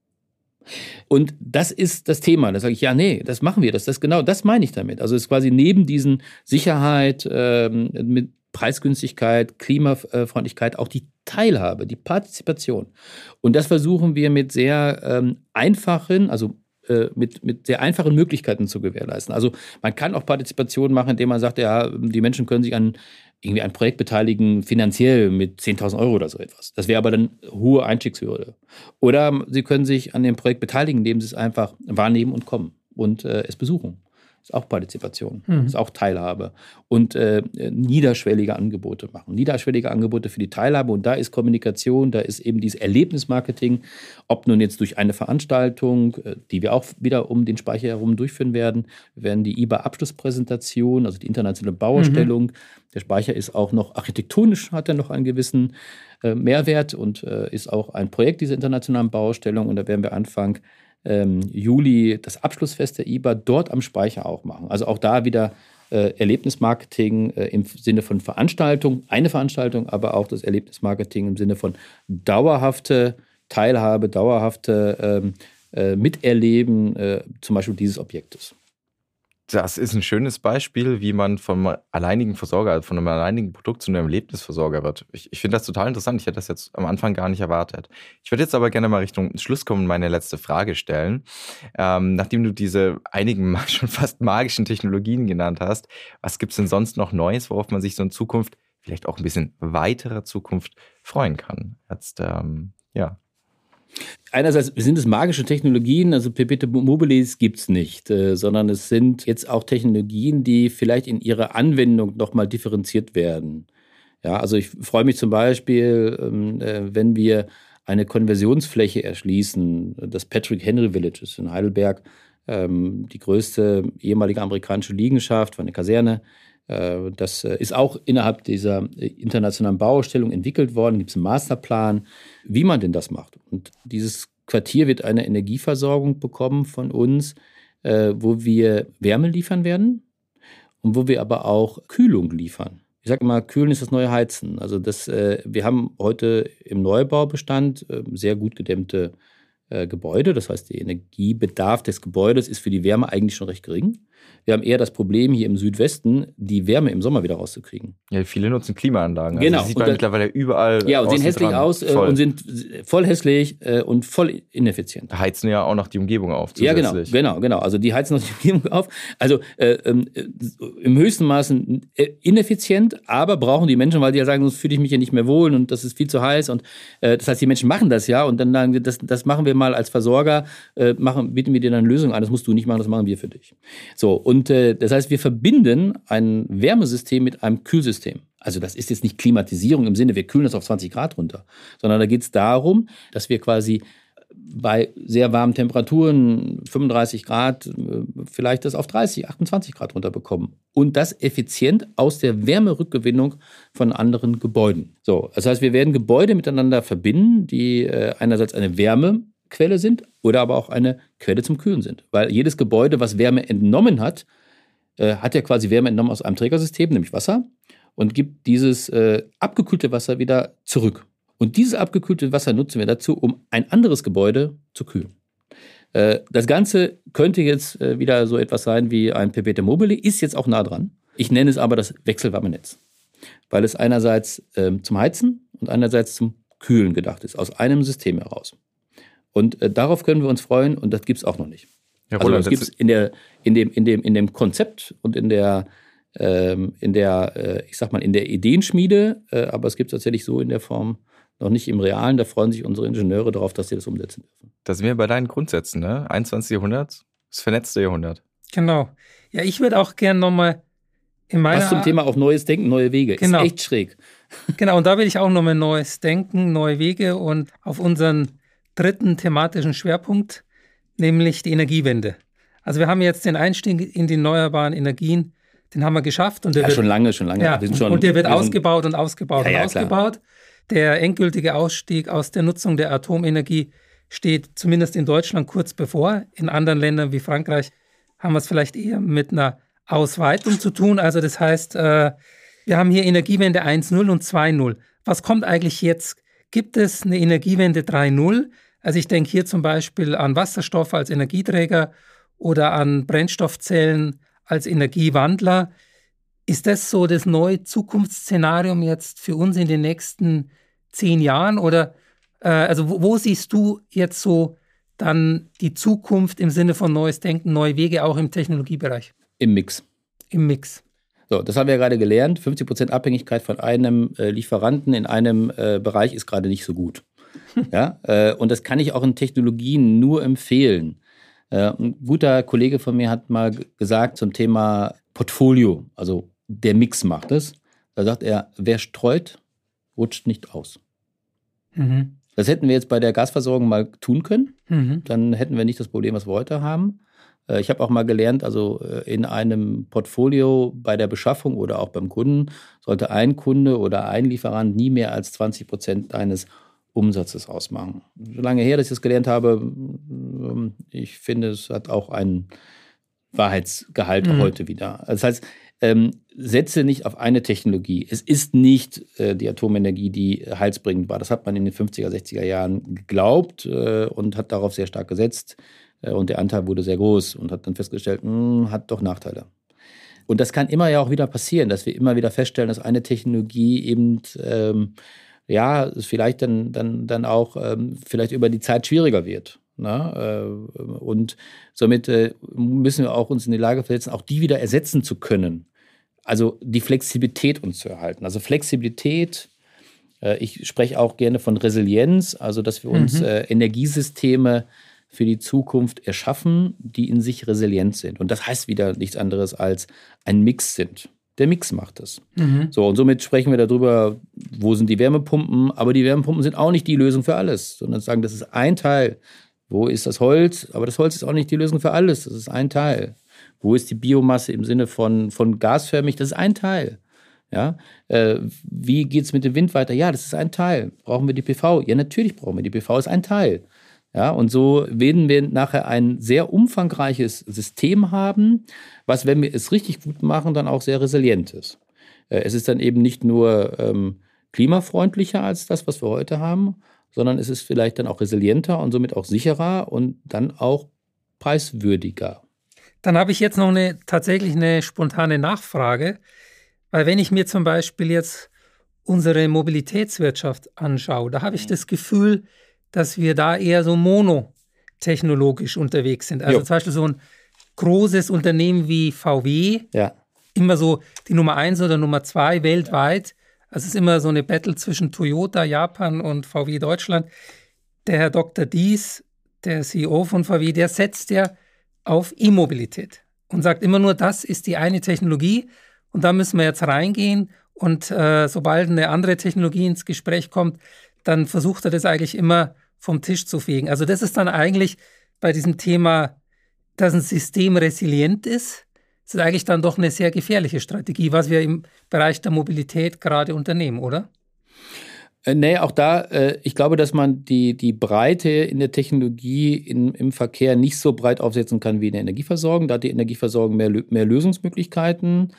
Und das ist das Thema. Da sage ich, das machen wir, das meine ich damit. Also es ist quasi neben diesen Sicherheit, mit Preisgünstigkeit, Klimafreundlichkeit, auch die Teilhabe, die Partizipation. Und das versuchen wir mit sehr einfachen, mit sehr einfachen Möglichkeiten zu gewährleisten. Also man kann auch Partizipation machen, indem man sagt, die Menschen können sich an irgendwie ein Projekt beteiligen, finanziell mit 10.000 € oder so etwas. Das wäre aber dann hohe Einstiegshürde. Oder sie können sich an dem Projekt beteiligen, indem sie es einfach wahrnehmen und kommen und es besuchen. Das ist auch Partizipation, das ist auch Teilhabe. Und niederschwellige Angebote machen. Niederschwellige Angebote für die Teilhabe. Und da ist Kommunikation, da ist eben dieses Erlebnismarketing, ob nun jetzt durch eine Veranstaltung, die wir auch wieder um den Speicher herum durchführen werden. Wir werden die IBA-Abschlusspräsentation, also die internationale Bauausstellung. Der Speicher ist auch noch architektonisch, hat er noch einen gewissen Mehrwert und ist auch ein Projekt dieser internationalen Bauausstellung. Und da werden wir Anfang Juli das Abschlussfest der IBA dort am Speicher auch machen. Also auch da wieder Erlebnismarketing im Sinne von Veranstaltung, eine Veranstaltung, aber auch das Erlebnismarketing im Sinne von dauerhafte Teilhabe, dauerhafte Miterleben zum Beispiel dieses Objektes.
Das ist ein schönes Beispiel, wie man vom alleinigen Versorger, von einem alleinigen Produkt zu einem Erlebnisversorger wird. Ich finde das total interessant. Ich hätte das jetzt am Anfang gar nicht erwartet. Ich würde jetzt aber gerne mal Richtung Schluss kommen und meine letzte Frage stellen. Nachdem du diese einigen schon fast magischen Technologien genannt hast, was gibt es denn sonst noch Neues, worauf man sich so in Zukunft, vielleicht auch ein bisschen weiterer Zukunft, freuen kann?
Einerseits sind es magische Technologien, also Perpetuum mobiles gibt es nicht, sondern es sind jetzt auch Technologien, die vielleicht in ihrer Anwendung nochmal differenziert werden. Ja, also ich freue mich zum Beispiel, wenn wir eine Konversionsfläche erschließen, das Patrick Henry Village ist in Heidelberg, die größte ehemalige amerikanische Liegenschaft, war eine Kaserne. Das ist auch innerhalb dieser internationalen Bauausstellung entwickelt worden. Da gibt es einen Masterplan, wie man denn das macht. Und dieses Quartier wird eine Energieversorgung bekommen von uns, wo wir Wärme liefern werden und wo wir aber auch Kühlung liefern. Ich sage immer, Kühlen ist das neue Heizen. Also wir haben heute im Neubaubestand sehr gut gedämmte Gebäude. Das heißt, der Energiebedarf des Gebäudes ist für die Wärme eigentlich schon recht gering. Wir haben eher das Problem hier im Südwesten, die Wärme im Sommer wieder rauszukriegen.
Ja, viele nutzen Klimaanlagen.
Genau.
Das sieht man mittlerweile überall.
Ja, und sehen hässlich aus und sind voll hässlich und voll ineffizient.
Heizen ja auch noch die Umgebung auf
zusätzlich. Ja, genau. Also die heizen noch die Umgebung auf. Also im höchsten Maße ineffizient, aber brauchen die Menschen, weil die ja sagen, sonst fühle ich mich hier nicht mehr wohl und das ist viel zu heiß. Und das heißt, die Menschen machen das ja und dann sagen wir, das machen wir mal als Versorger, bieten wir dir dann eine Lösung an, das musst du nicht machen, das machen wir für dich. So, und das heißt, wir verbinden ein Wärmesystem mit einem Kühlsystem. Also das ist jetzt nicht Klimatisierung im Sinne, wir kühlen das auf 20 Grad runter, sondern da geht es darum, dass wir quasi bei sehr warmen Temperaturen, 35 Grad, vielleicht das auf 30, 28 Grad runterbekommen. Und das effizient aus der Wärmerückgewinnung von anderen Gebäuden. So, das heißt, wir werden Gebäude miteinander verbinden, die einerseits eine Wärmequelle sind oder aber auch eine Quelle zum Kühlen sind. Weil jedes Gebäude, was Wärme entnommen hat, hat ja quasi Wärme entnommen aus einem Trägersystem, nämlich Wasser, und gibt dieses abgekühlte Wasser wieder zurück. Und dieses abgekühlte Wasser nutzen wir dazu, um ein anderes Gebäude zu kühlen. Das Ganze könnte jetzt wieder so etwas sein wie ein Perpetuum mobile, ist jetzt auch nah dran. Ich nenne es aber das Wechselwärmenetz, weil es einerseits zum Heizen und einerseits zum Kühlen gedacht ist, aus einem System heraus. Und darauf können wir uns freuen und das gibt es auch noch nicht.
Jawohl,
also das gibt es in dem Konzept und in der Ideenschmiede, aber es gibt es tatsächlich so in der Form noch nicht im Realen. Da freuen sich unsere Ingenieure darauf, dass sie das umsetzen dürfen.
Da sind wir bei deinen Grundsätzen, ne? 21. Jahrhundert, das vernetzte Jahrhundert.
Genau. Ja, ich würde auch gerne nochmal in meiner...
Was zum Thema auch neues Denken, neue Wege.
Genau.
Ist echt schräg.
Genau, und da will ich auch nochmal neues Denken, neue Wege und auf unseren dritten thematischen Schwerpunkt, nämlich die Energiewende. Also wir haben jetzt den Einstieg in die erneuerbaren Energien, den haben wir geschafft. Und der wird,
schon lange.
Ja, und der wird ausgebaut und ausgebaut und ausgebaut. Klar. Der endgültige Ausstieg aus der Nutzung der Atomenergie steht zumindest in Deutschland kurz bevor. In anderen Ländern wie Frankreich haben wir es vielleicht eher mit einer Ausweitung zu tun. Also das heißt, wir haben hier Energiewende 1.0 und 2.0. Was kommt eigentlich jetzt? Gibt es eine Energiewende 3.0? Also ich denke hier zum Beispiel an Wasserstoff als Energieträger oder an Brennstoffzellen als Energiewandler. Ist das so das neue Zukunftsszenarium jetzt für uns in den nächsten 10 Jahren? Oder wo siehst du jetzt so dann die Zukunft im Sinne von neues Denken, neue Wege auch im Technologiebereich?
Im Mix.
Im Mix.
So, das haben wir ja gerade gelernt. 50% Abhängigkeit von einem Lieferanten in einem Bereich ist gerade nicht so gut. Ja? Und das kann ich auch in Technologien nur empfehlen. Ein guter Kollege von mir hat mal gesagt zum Thema Portfolio, also der Mix macht es. Da sagt er, wer streut, rutscht nicht aus. Mhm. Das hätten wir jetzt bei der Gasversorgung mal tun können. Mhm. Dann hätten wir nicht das Problem, was wir heute haben. Ich habe auch mal gelernt, also in einem Portfolio bei der Beschaffung oder auch beim Kunden sollte ein Kunde oder ein Lieferant nie mehr als 20% deines Umsatzes ausmachen. So lange her, dass ich das gelernt habe, ich finde, es hat auch einen Wahrheitsgehalt heute wieder. Das heißt, setze nicht auf eine Technologie. Es ist nicht die Atomenergie, die heilsbringend war. Das hat man in den 50er, 60er Jahren geglaubt und hat darauf sehr stark gesetzt. Und der Anteil wurde sehr groß und hat dann festgestellt, hat doch Nachteile. Und das kann immer ja auch wieder passieren, dass wir immer wieder feststellen, dass eine Technologie eben vielleicht dann auch vielleicht über die Zeit schwieriger wird. Na? Und somit müssen wir auch uns in die Lage versetzen, auch die wieder ersetzen zu können. Also die Flexibilität uns zu erhalten. Also Flexibilität, ich spreche auch gerne von Resilienz, also dass wir uns Energiesysteme für die Zukunft erschaffen, die in sich resilient sind. Und das heißt wieder nichts anderes als ein Mix sind. Der Mix macht es. Mhm. So, und somit sprechen wir darüber, wo sind die Wärmepumpen, aber die Wärmepumpen sind auch nicht die Lösung für alles, sondern sagen, das ist ein Teil. Wo ist das Holz? Aber das Holz ist auch nicht die Lösung für alles, das ist ein Teil. Wo ist die Biomasse im Sinne von gasförmig? Das ist ein Teil. Ja? Wie geht es mit dem Wind weiter? Ja, das ist ein Teil. Brauchen wir die PV? Ja, natürlich brauchen wir die PV, ist ein Teil. Ja, und so werden wir nachher ein sehr umfangreiches System haben, was, wenn wir es richtig gut machen, dann auch sehr resilient ist. Es ist dann eben nicht nur klimafreundlicher als das, was wir heute haben, sondern es ist vielleicht dann auch resilienter und somit auch sicherer und dann auch preiswürdiger.
Dann habe ich jetzt noch tatsächlich eine spontane Nachfrage, weil wenn ich mir zum Beispiel jetzt unsere Mobilitätswirtschaft anschaue, da habe ich das Gefühl, dass wir da eher so monotechnologisch unterwegs sind. Also zum Beispiel so ein großes Unternehmen wie VW, immer so die Nummer 1 oder Nummer 2 weltweit. Also es ist immer so eine Battle zwischen Toyota, Japan und VW Deutschland. Der Herr Dr. Dies, der CEO von VW, der setzt ja auf E-Mobilität und sagt immer nur, das ist die eine Technologie und da müssen wir jetzt reingehen und sobald eine andere Technologie ins Gespräch kommt, dann versucht er das eigentlich immer vom Tisch zu fegen. Also das ist dann eigentlich bei diesem Thema, dass ein System resilient ist, das ist eigentlich dann doch eine sehr gefährliche Strategie, was wir im Bereich der Mobilität gerade unternehmen, oder?
Nee, auch da, ich glaube, dass man die Breite in der Technologie im Verkehr nicht so breit aufsetzen kann wie in der Energieversorgung. Da hat die Energieversorgung mehr Lösungsmöglichkeiten.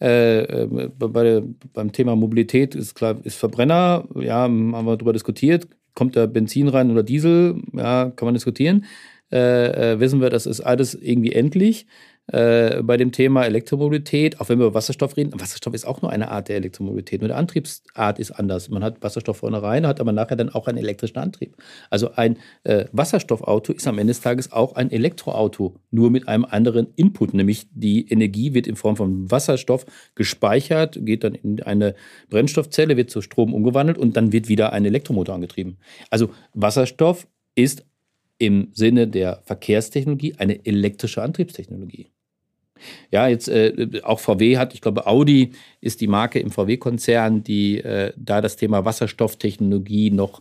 Beim Thema Mobilität ist klar, ist Verbrenner, ja, haben wir darüber diskutiert. Kommt da Benzin rein oder Diesel? Ja, kann man diskutieren. Wissen wir, das ist alles irgendwie endlich. Bei dem Thema Elektromobilität, auch wenn wir über Wasserstoff reden, Wasserstoff ist auch nur eine Art der Elektromobilität, nur die Antriebsart ist anders. Man hat Wasserstoff vorne rein, hat aber nachher dann auch einen elektrischen Antrieb. Also ein Wasserstoffauto ist am Ende des Tages auch ein Elektroauto, nur mit einem anderen Input, nämlich die Energie wird in Form von Wasserstoff gespeichert, geht dann in eine Brennstoffzelle, wird zu Strom umgewandelt und dann wird wieder ein Elektromotor angetrieben. Also Wasserstoff ist im Sinne der Verkehrstechnologie eine elektrische Antriebstechnologie. Ja, jetzt auch VW hat, ich glaube, Audi ist die Marke im VW-Konzern, die da das Thema Wasserstofftechnologie noch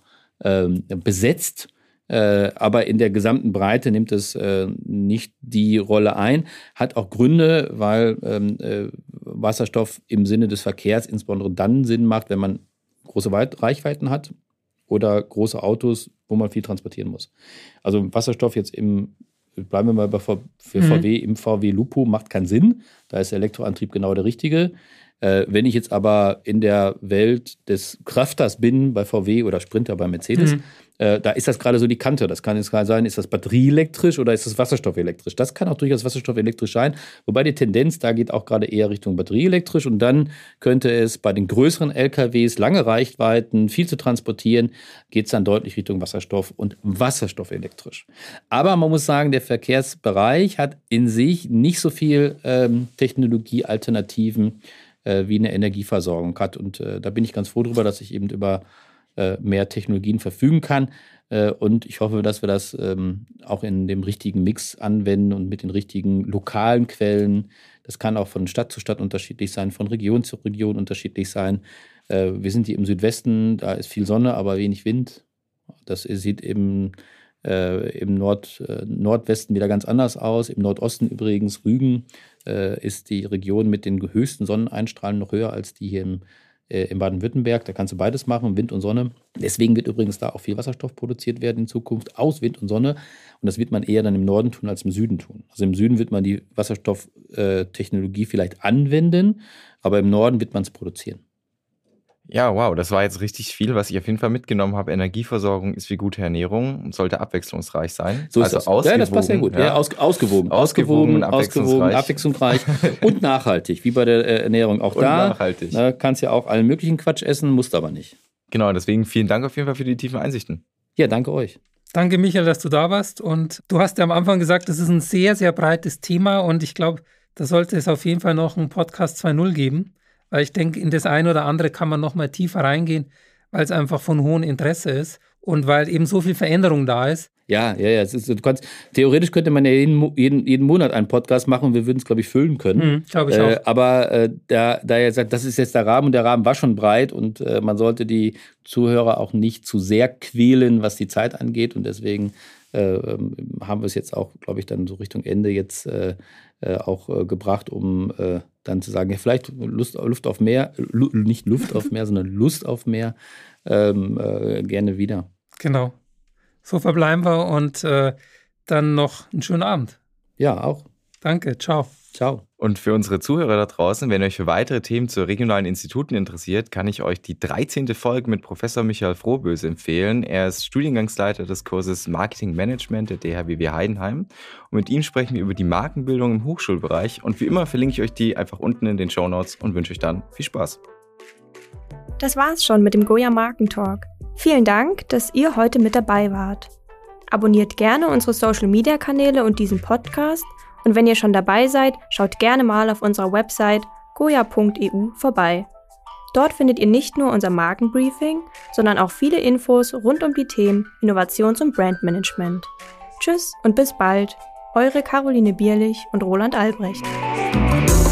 besetzt. Aber in der gesamten Breite nimmt es nicht die Rolle ein. Hat auch Gründe, weil Wasserstoff im Sinne des Verkehrs insbesondere dann Sinn macht, wenn man große Reichweiten hat oder große Autos, wo man viel transportieren muss. Also Wasserstoff jetzt bleiben wir mal für VW, im VW Lupo macht keinen Sinn. Da ist der Elektroantrieb genau der richtige. Wenn ich jetzt aber in der Welt des Krafters bin, bei VW oder Sprinter bei Mercedes, da ist das gerade so die Kante. Das kann jetzt gerade sein, ist das batterieelektrisch oder ist das wasserstoffelektrisch? Das kann auch durchaus wasserstoffelektrisch sein. Wobei die Tendenz da geht auch gerade eher Richtung batterieelektrisch. Und dann könnte es bei den größeren LKWs, lange Reichweiten, viel zu transportieren, geht es dann deutlich Richtung Wasserstoff und wasserstoffelektrisch. Aber man muss sagen, der Verkehrsbereich hat in sich nicht so viel Technologiealternativen wie eine Energieversorgung hat. Und da bin ich ganz froh drüber, dass ich eben über mehr Technologien verfügen kann. Und ich hoffe, dass wir das auch in dem richtigen Mix anwenden und mit den richtigen lokalen Quellen. Das kann auch von Stadt zu Stadt unterschiedlich sein, von Region zu Region unterschiedlich sein. Wir sind hier im Südwesten, da ist viel Sonne, aber wenig Wind. Das sieht im Nordwesten wieder ganz anders aus. Im Nordosten übrigens, Rügen, ist die Region mit den höchsten Sonneneinstrahlen noch höher als die hier in Baden-Württemberg. Da kannst du beides machen, Wind und Sonne. Deswegen wird übrigens da auch viel Wasserstoff produziert werden in Zukunft aus Wind und Sonne. Und das wird man eher dann im Norden tun als im Süden tun. Also im Süden wird man die Wasserstofftechnologie vielleicht anwenden, aber im Norden wird man es produzieren.
Ja, wow, das war jetzt richtig viel, was ich auf jeden Fall mitgenommen habe. Energieversorgung ist wie gute Ernährung und sollte abwechslungsreich sein.
So ist also das. Ja, das passt sehr gut. Ja. Ausgewogen, abwechslungsreich und nachhaltig, wie bei der Ernährung auch und da. Nachhaltig. Kannst ja auch allen möglichen Quatsch essen, musst aber nicht.
Genau, deswegen vielen Dank auf jeden Fall für die tiefen Einsichten.
Ja, danke euch.
Danke, Michael, dass du da warst. Und du hast ja am Anfang gesagt, das ist ein sehr, sehr breites Thema und ich glaube, da sollte es auf jeden Fall noch einen Podcast 2.0 geben. Weil ich denke, in das eine oder andere kann man noch mal tiefer reingehen, weil es einfach von hohem Interesse ist und weil eben so viel Veränderung da ist.
Ja. Theoretisch könnte man ja jeden Monat einen Podcast machen und wir würden es, glaube ich, füllen können.
Glaube ich auch.
Aber da er sagt, das ist jetzt der Rahmen und der Rahmen war schon breit und man sollte die Zuhörer auch nicht zu sehr quälen, was die Zeit angeht. Und deswegen haben wir es jetzt auch, glaube ich, dann so Richtung Ende jetzt auch gebracht, um dann zu sagen, ja, vielleicht Luft auf mehr, nicht Luft auf mehr, sondern Lust auf mehr, gerne wieder.
Genau. So verbleiben wir und dann noch einen schönen Abend.
Ja, auch.
Danke, ciao.
Ciao.
Und für unsere Zuhörer da draußen, wenn ihr euch für weitere Themen zu regionalen Instituten interessiert, kann ich euch die 13. Folge mit Professor Michael Frohböse empfehlen. Er ist Studiengangsleiter des Kurses Marketing Management der DHBW Heidenheim. Und mit ihm sprechen wir über die Markenbildung im Hochschulbereich. Und wie immer verlinke ich euch die einfach unten in den Shownotes und wünsche euch dann viel Spaß.
Das war's schon mit dem Goya Markentalk. Vielen Dank, dass ihr heute mit dabei wart. Abonniert gerne unsere Social-Media-Kanäle und diesen Podcast. Und wenn ihr schon dabei seid, schaut gerne mal auf unserer Website goya.eu vorbei. Dort findet ihr nicht nur unser Markenbriefing, sondern auch viele Infos rund um die Themen Innovations- und Brandmanagement. Tschüss und bis bald, eure Caroline Bierlich und Roland Albrecht.